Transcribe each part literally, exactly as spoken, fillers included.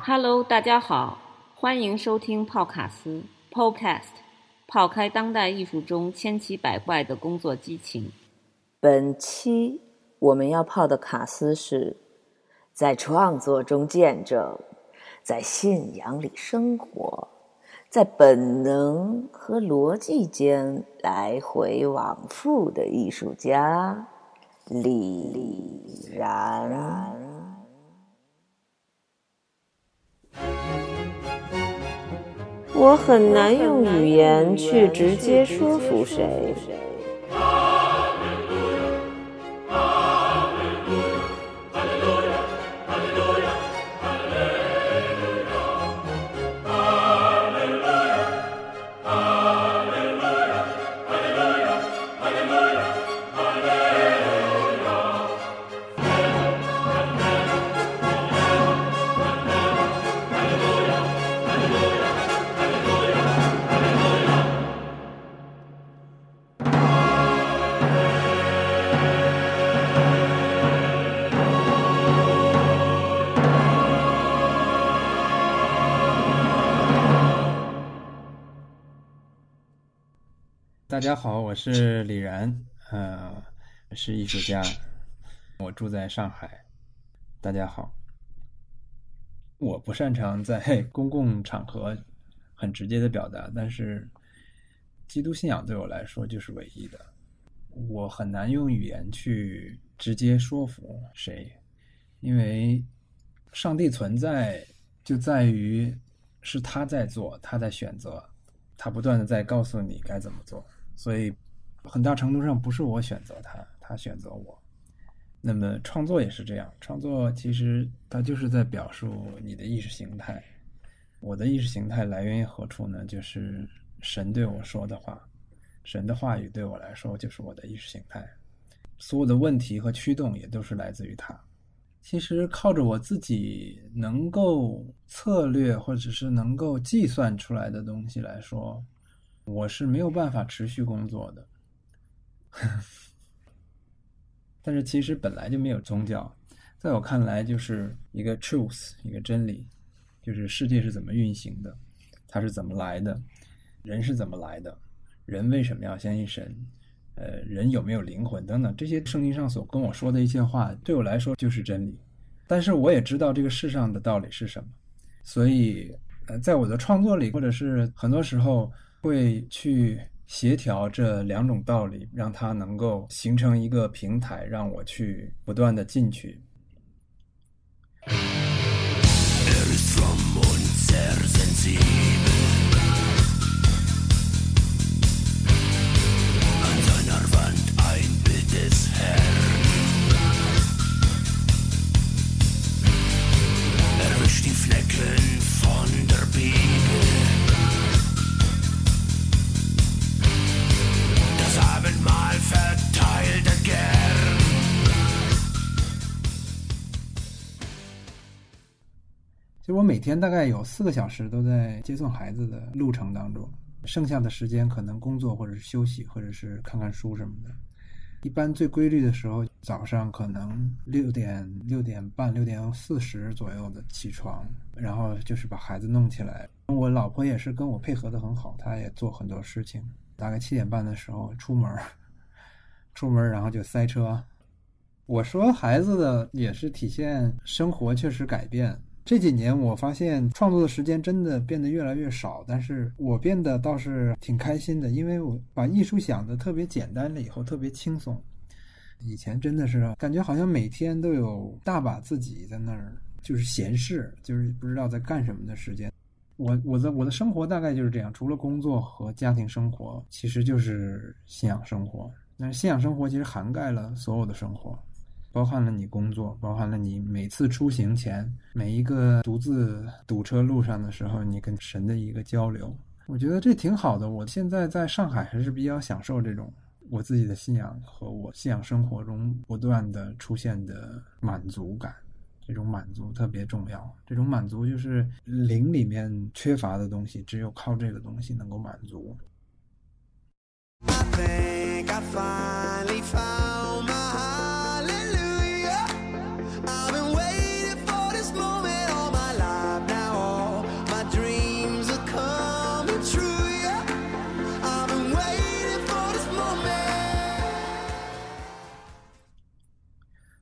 Hello， 大家好，欢迎收听泡卡斯 Podcast， 泡开当代艺术中千奇百怪的工作激情。 本期我们要泡的卡斯是在创作中见证，在信仰里生活，在本能和逻辑间来回往复的艺术家李然。我很难用语言去直接说服谁。 大家好，我是李然，呃，是艺术家，我住在上海。大家好，我不擅长在公共场合很直接的表达，但是基督信仰对我来说就是唯一的。我很难用语言去直接说服谁，因为上帝存在就在于是他在做，他在选择，他不断的在告诉你该怎么做。所以很大程度上不是我选择他，他选择我。那么创作也是这样，创作其实它就是在表述你的意识形态。我的意识形态来源于何处呢？就是神对我说的话，神的话语对我来说就是我的意识形态。所有的问题和驱动也都是来自于它。其实靠着我自己能够策略或者是能够计算出来的东西来说，我是没有办法持续工作的。但是其实本来就没有宗教，在我看来就是一个 truth， 一个真理，就是世界是怎么运行的，它是怎么来的，人是怎么来的，人为什么要相信神，呃，人有没有灵魂等等，这些圣经上所跟我说的一些话对我来说就是真理。但是我也知道这个世上的道理是什么，所以呃，在我的创作里，或者是很多时候会去协调这两种道理，让它能够形成一个平台，让我去不断的进去。其实我每天大概有四个小时都在接送孩子的路程当中，剩下的时间可能工作或者是休息或者是看看书什么的。一般最规律的时候，早上可能六点六点半六点四十左右的起床，然后就是把孩子弄起来。我老婆也是跟我配合的很好，她也做很多事情。大概七点半的时候出门，出门然后就塞车。我说孩子的也是体现生活确实改变。这几年我发现创作的时间真的变得越来越少，但是我变得倒是挺开心的，因为我把艺术想得特别简单了以后特别轻松。以前真的是感觉好像每天都有大把自己在那儿就是闲适，就是不知道在干什么的时间。我我的我的生活大概就是这样，除了工作和家庭生活，其实就是信仰生活。那信仰生活其实涵盖了所有的生活，包含了你工作，包含了你每次出行前，每一个独自堵车路上的时候，你跟神的一个交流。我觉得这挺好的。我现在在上海还是比较享受这种我自己的信仰和我信仰生活中不断的出现的满足感。这种满足特别重要，这种满足就是灵里面缺乏的东西，只有靠这个东西能够满足。I think I finally found my hallelujah. I've been waiting for this moment all my life now.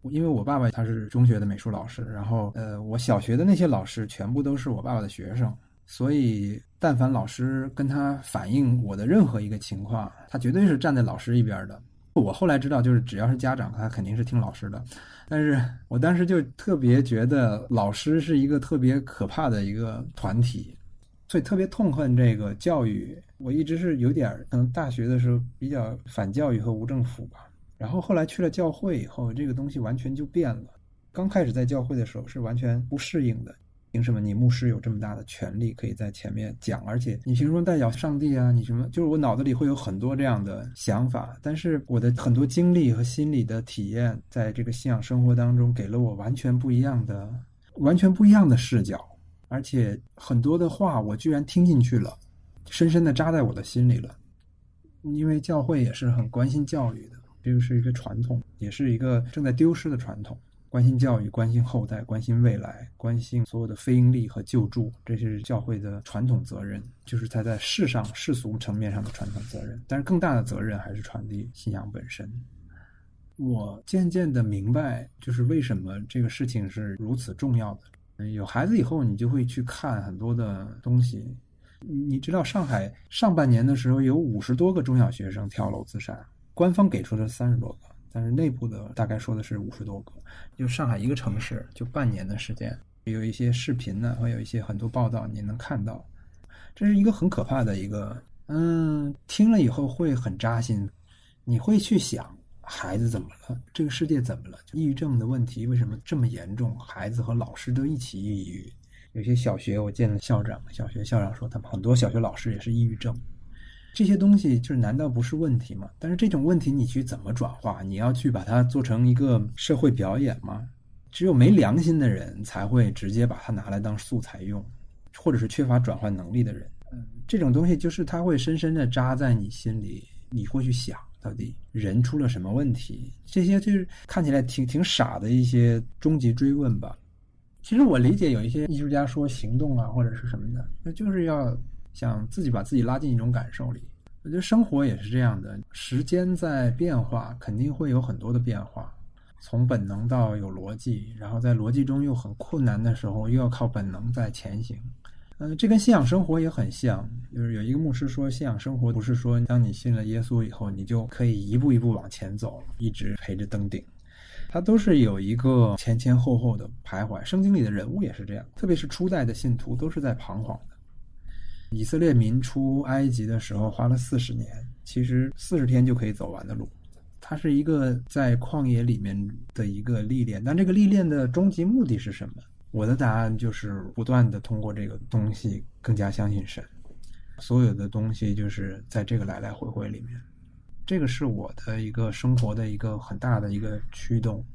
因为我爸爸他是中学的美术老师，然后呃，我小学的那些老师全部都是我爸爸的学生，所以但凡老师跟他反映我的任何一个情况，他绝对是站在老师一边的。我后来知道，就是只要是家长，他肯定是听老师的。但是我当时就特别觉得老师是一个特别可怕的一个团体，所以特别痛恨这个教育。我一直是有点可能大学的时候比较反教育和无政府吧。然后后来去了教会以后，这个东西完全就变了。刚开始在教会的时候是完全不适应的，凭什么你牧师有这么大的权利可以在前面讲，而且你凭什么代表上帝啊，你什么，就是我脑子里会有很多这样的想法。但是我的很多经历和心理的体验在这个信仰生活当中给了我完全不一样的完全不一样的视角，而且很多的话我居然听进去了，深深的扎在我的心里了。因为教会也是很关心教育的，这个是一个传统，也是一个正在丢失的传统。关心教育，关心后代，关心未来，关心所有的非营利和救助，这是教会的传统责任，就是他在世上世俗层面上的传统责任。但是更大的责任还是传递信仰本身。我渐渐的明白，就是为什么这个事情是如此重要的。有孩子以后，你就会去看很多的东西。你知道上海上半年的时候有五十多个中小学生跳楼自杀，官方给出的三十多个，但是内部的大概说的是五十多个。就上海一个城市就半年的时间，有一些视频呢，会有一些很多报道你能看到，这是一个很可怕的一个，嗯，听了以后会很扎心。你会去想孩子怎么了，这个世界怎么了，就抑郁症的问题为什么这么严重，孩子和老师都一起抑郁。有些小学我见了校长，小学校长说他们很多小学老师也是抑郁症。这些东西就是难道不是问题吗？但是这种问题你去怎么转化？你要去把它做成一个社会表演吗？只有没良心的人才会直接把它拿来当素材用，或者是缺乏转换能力的人。嗯，这种东西就是它会深深的扎在你心里，你会去想到底人出了什么问题。这些就是看起来挺挺傻的一些终极追问吧。其实我理解有一些艺术家说行动啊或者是什么的，那就是要想自己把自己拉进一种感受里。我觉得生活也是这样的，时间在变化，肯定会有很多的变化，从本能到有逻辑，然后在逻辑中又很困难的时候又要靠本能在前行。嗯、呃，这跟信仰生活也很像，就是有一个牧师说，信仰生活不是说当你信了耶稣以后你就可以一步一步往前走，一直陪着登顶，它都是有一个前前后后的徘徊。圣经里的人物也是这样，特别是初代的信徒都是在彷徨的。以色列民出埃及的时候花了四十年，其实四十天就可以走完的路。它是一个在旷野里面的一个历练，但这个历练的终极目的是什么？我的答案就是不断的通过这个东西更加相信神。所有的东西就是在这个来来回回里面，这个是我的一个生活的一个很大的一个驱动。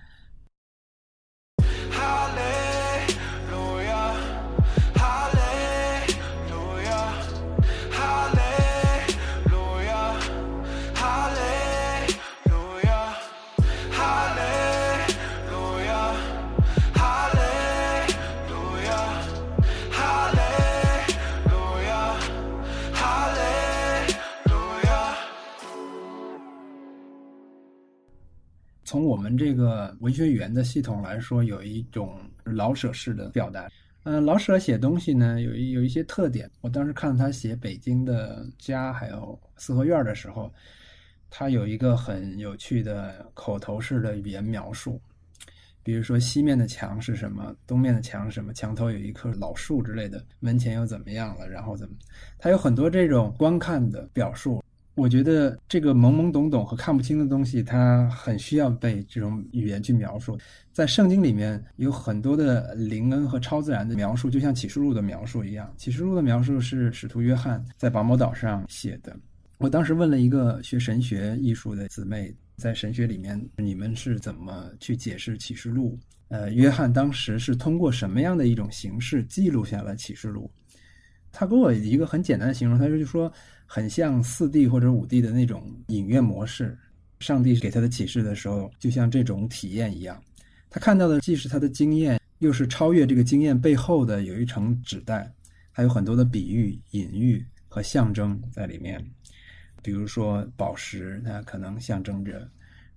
从我们这个文学语言的系统来说，有一种老舍式的表达。嗯、呃，老舍写东西呢，有一有一些特点。我当时看他写北京的家还有四合院的时候，他有一个很有趣的口头式的语言描述。比如说西面的墙是什么，东面的墙是什么，墙头有一棵老树之类的，门前又怎么样了，然后怎么，他有很多这种观看的表述。我觉得这个懵懵懂懂和看不清的东西，它很需要被这种语言去描述。在圣经里面有很多的灵恩和超自然的描述，就像启示录的描述一样。启示录的描述是使徒约翰在拔摩岛上写的。我当时问了一个学神学艺术的姊妹，在神学里面你们是怎么去解释启示录？呃，约翰当时是通过什么样的一种形式记录下了启示录？他给我一个很简单的形容，他就说很像四 D 或者五 D 的那种影院模式。上帝给他的启示的时候，就像这种体验一样，他看到的既是他的经验，又是超越这个经验背后的有一层纸带，还有很多的比喻、隐喻和象征在里面。比如说宝石，它可能象征着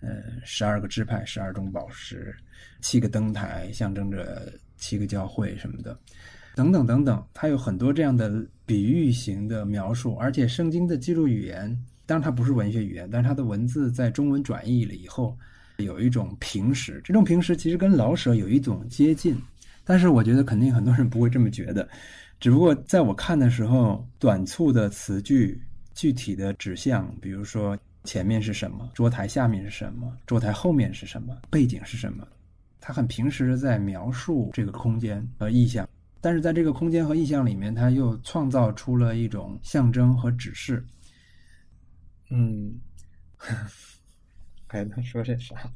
嗯，十二个支派，十二种宝石，七个灯台象征着七个教会什么的，等等等等，它有很多这样的比喻型的描述。而且圣经的记录语言，当然它不是文学语言，但是它的文字在中文转译了以后，有一种平实，这种平实其实跟老舍有一种接近，但是我觉得肯定很多人不会这么觉得，只不过在我看的时候，短促的词句，具体的指向，比如说前面是什么，桌台下面是什么，桌台后面是什么，背景是什么，它很平实的在描述这个空间和意象，但是在这个空间和意象里面，它又创造出了一种象征和指示。嗯，还能说些啥？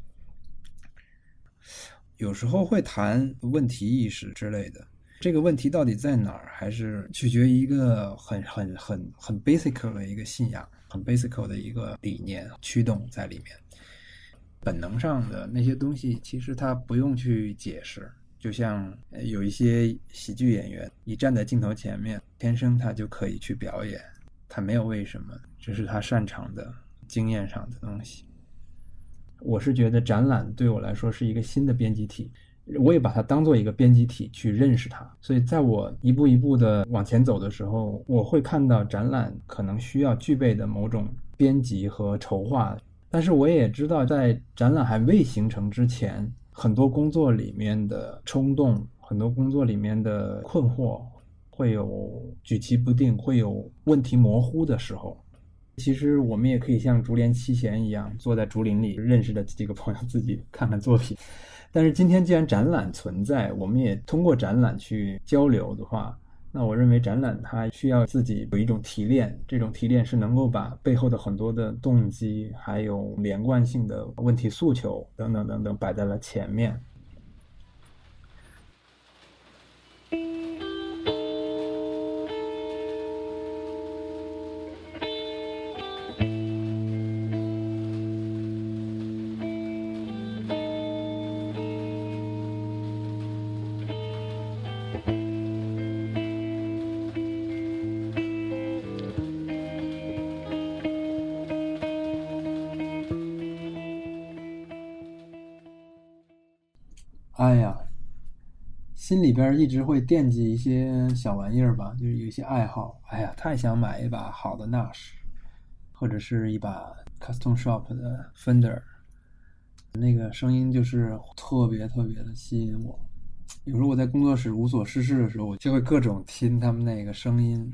有时候会谈问题意识之类的，这个问题到底在哪儿，还是取决于一个很很很很 basic 的一个信仰，很 basic 的一个理念驱动在里面。本能上的那些东西其实它不用去解释，就像有一些喜剧演员一站在镜头前面，天生他就可以去表演，他没有为什么，这是他擅长的经验上的东西。我是觉得展览对我来说是一个新的编辑体，我也把它当做一个编辑体去认识它，所以在我一步一步的往前走的时候，我会看到展览可能需要具备的某种编辑和筹划，但是我也知道在展览还未形成之前，很多工作里面的冲动，很多工作里面的困惑，会有举棋不定，会有问题模糊的时候。其实我们也可以像竹林七贤一样，坐在竹林里认识的几个朋友，自己看看作品。但是今天既然展览存在，我们也通过展览去交流的话，那我认为展览它需要自己有一种提炼，这种提炼是能够把背后的很多的动机，还有连贯性的问题诉求等等等等摆在了前面。哎呀，心里边一直会惦记一些小玩意儿吧，就是有一些爱好。哎呀，太想买一把好的 Nash， 或者是一把 Custom Shop 的 Fender， 那个声音就是特别特别的吸引我。有时候我在工作室无所事事的时候，我就会各种听他们那个声音。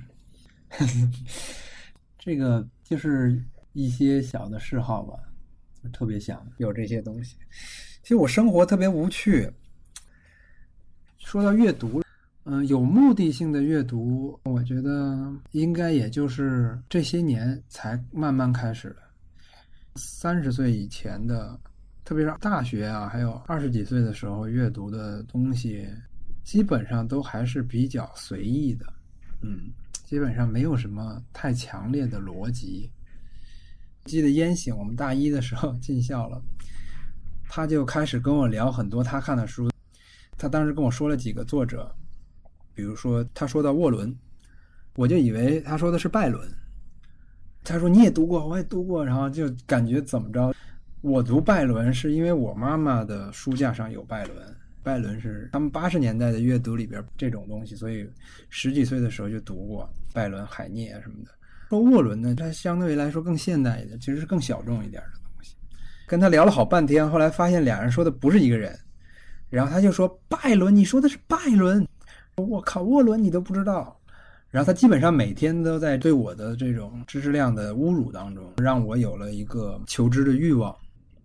这个就是一些小的嗜好吧，就特别想有这些东西。其实我生活特别无趣。说到阅读，嗯、呃，有目的性的阅读，我觉得应该也就是这些年才慢慢开始的。三十岁以前的，特别是大学啊，还有二十几岁的时候阅读的东西，基本上都还是比较随意的，嗯，基本上没有什么太强烈的逻辑。记得烟醒，我们大一的时候进校了，他就开始跟我聊很多他看的书。他当时跟我说了几个作者，比如说他说到沃伦，我就以为他说的是拜伦。他说你也读过，我也读过，然后就感觉怎么着，我读拜伦是因为我妈妈的书架上有拜伦，拜伦是他们八十年代的阅读里边这种东西，所以十几岁的时候就读过拜伦、海涅什么的。说沃伦呢，他相对来说更现代一点，其实是更小众一点的东西。跟他聊了好半天，后来发现俩人说的不是一个人。然后他就说拜伦，你说的是拜伦，我靠，沃伦你都不知道。然后他基本上每天都在对我的这种知识量的侮辱当中，让我有了一个求知的欲望。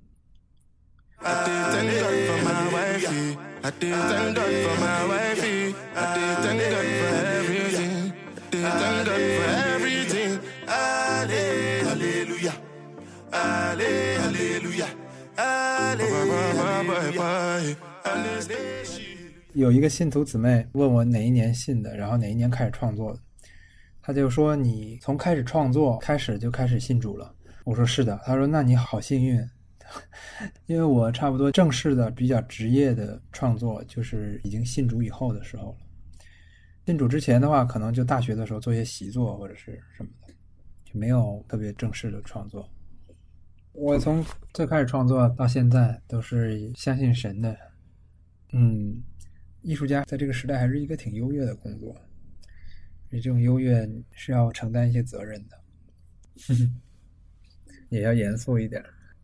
有一个信徒姊妹问我哪一年信的，然后哪一年开始创作的。他就说你从开始创作开始就开始信主了。我说是的。他说那你好幸运，因为我差不多正式的比较职业的创作就是已经信主以后的时候了。信主之前的话，可能就大学的时候做些习作或者是什么的，就没有特别正式的创作。 我从最开始创作到现在都是相信神的。嗯，艺术家在这个时代还是一个挺优越的工作，这种优越是要承担一些责任的，也要严肃一点。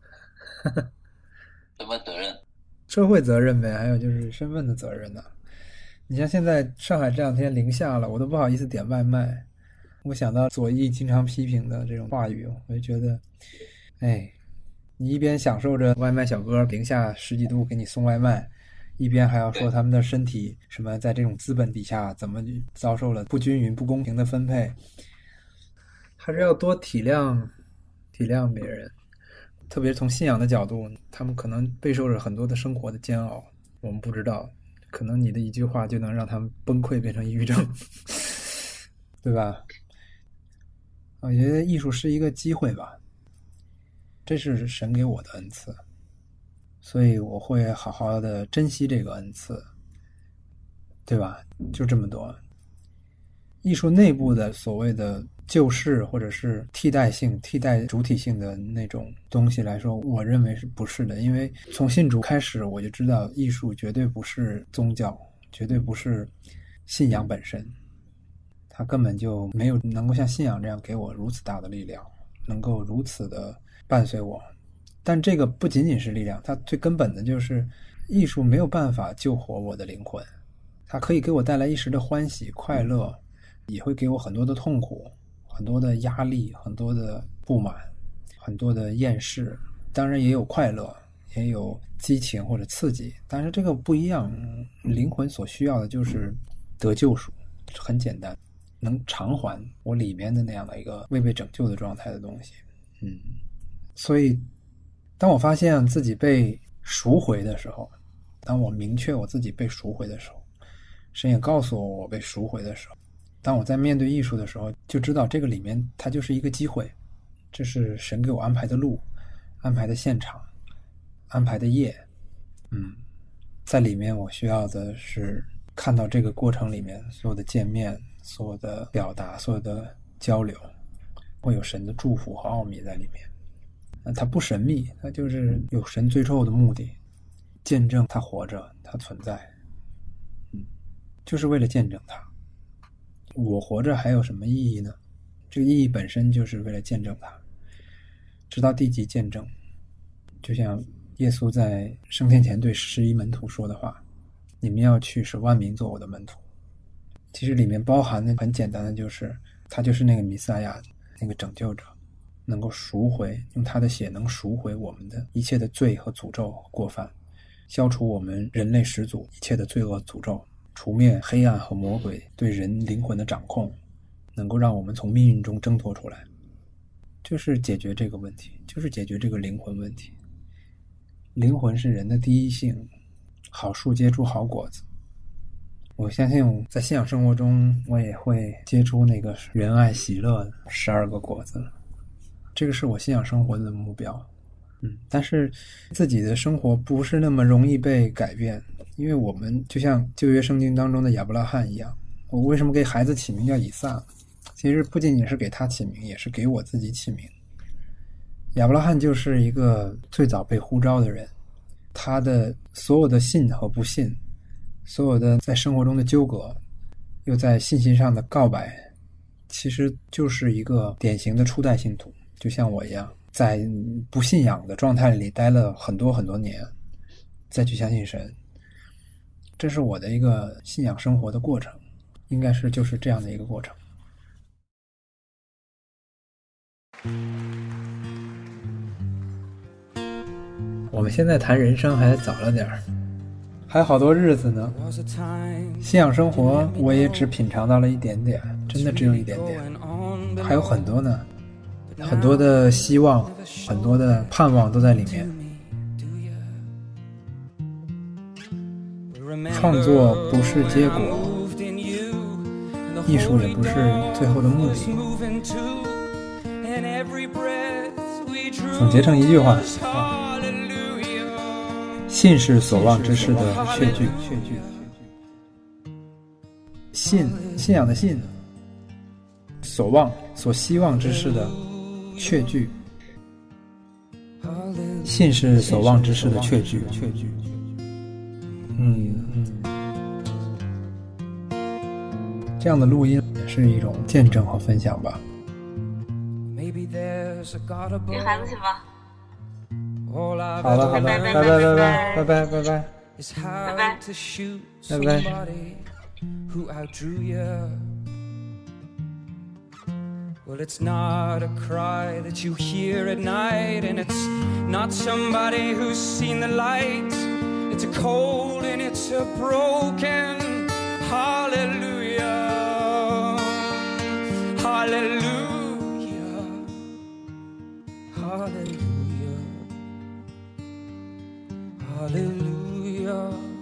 什么责任？ 社会责任呗，还有就是身份的责任呢、啊。你像现在上海这两天零下了，我都不好意思点外卖。我想到左翼经常批评的这种话语，我就觉得，哎，你一边享受着外卖小哥零下十几度给你送外卖，一边还要说他们的身体什么在这种资本底下怎么遭受了不均匀、不公平的分配，还是要多体谅体谅别人。特别从信仰的角度，他们可能备受着很多的生活的煎熬，我们不知道，可能你的一句话就能让他们崩溃变成抑郁症，对吧？我觉得艺术是一个机会吧，这是神给我的恩赐，所以我会好好的珍惜这个恩赐，对吧？就这么多。艺术内部的所谓的救世或者是替代性、替代主体性的那种东西来说，我认为是不是的。因为从信主开始，我就知道艺术绝对不是宗教，绝对不是信仰本身，它根本就没有能够像信仰这样给我如此大的力量，能够如此的伴随我。但这个不仅仅是力量，它最根本的就是艺术没有办法救活我的灵魂，它可以给我带来一时的欢喜快乐，也会给我很多的痛苦，很多的压力，很多的不满，很多的厌世，当然也有快乐，也有激情或者刺激，但是这个不一样。灵魂所需要的就是得救赎，很简单，能偿还我里面的那样的一个未被拯救的状态的东西。嗯，所以当我发现自己被赎回的时候，当我明确我自己被赎回的时候，神也告诉我我被赎回的时候，当我在面对艺术的时候，就知道这个里面它就是一个机会，这是神给我安排的路，安排的现场，安排的夜。嗯，在里面我需要的是看到这个过程里面所有的见面，所有的表达，所有的交流，会有神的祝福和奥秘在里面。它不神秘，它就是有神最后的目的，见证它活着，它存在。嗯，就是为了见证它。我活着还有什么意义呢？这个意义本身就是为了见证它，直到地极见证。就像耶稣在升天前对十一门徒说的话，你们要去使万民做我的门徒。其实里面包含的很简单的就是他就是那个弥赛亚，那个拯救者，能够赎回，用他的血能赎回我们的一切的罪和诅咒和过犯，消除我们人类始祖一切的罪恶诅咒，除灭黑暗和魔鬼对人灵魂的掌控，能够让我们从命运中挣脱出来，就是解决这个问题，就是解决这个灵魂问题。灵魂是人的第一性，好树结出好果子。我相信在信仰生活中，我也会结出那个仁爱喜乐十二个果子，这个是我信仰生活的目标。嗯，但是自己的生活不是那么容易被改变，因为我们就像旧约圣经当中的亚伯拉罕一样，我为什么给孩子起名叫以撒？其实不仅仅是给他起名，也是给我自己起名。亚伯拉罕就是一个最早被呼召的人，他的所有的信和不信，所有的在生活中的纠葛，又在信心上的告白，其实就是一个典型的初代信徒，就像我一样，在不信仰的状态里待了很多很多年，再去相信神。这是我的一个信仰生活的过程，应该是就是这样的一个过程。我们现在谈人生还早了点儿，还有好多日子呢。信仰生活我也只品尝到了一点点，真的只有一点点，还有很多呢，很多的希望，很多的盼望都在里面。创作不是结果，艺术也不是最后的目的。总结成一句话，信是所望之事的确据。信，信仰的信，所望所希望之事的确据。 信是所望之事的确据。嗯嗯，这样的录音也是一种见证和分享吧。 给孩子去吧。 好了好了，拜拜拜拜拜拜拜拜拜拜拜拜拜。 Well, it's not a cry that you hear at night, and it's not somebody who's seen the light. It's a cold and it's a broken hallelujah, hallelujah, hallelujah, hallelujah.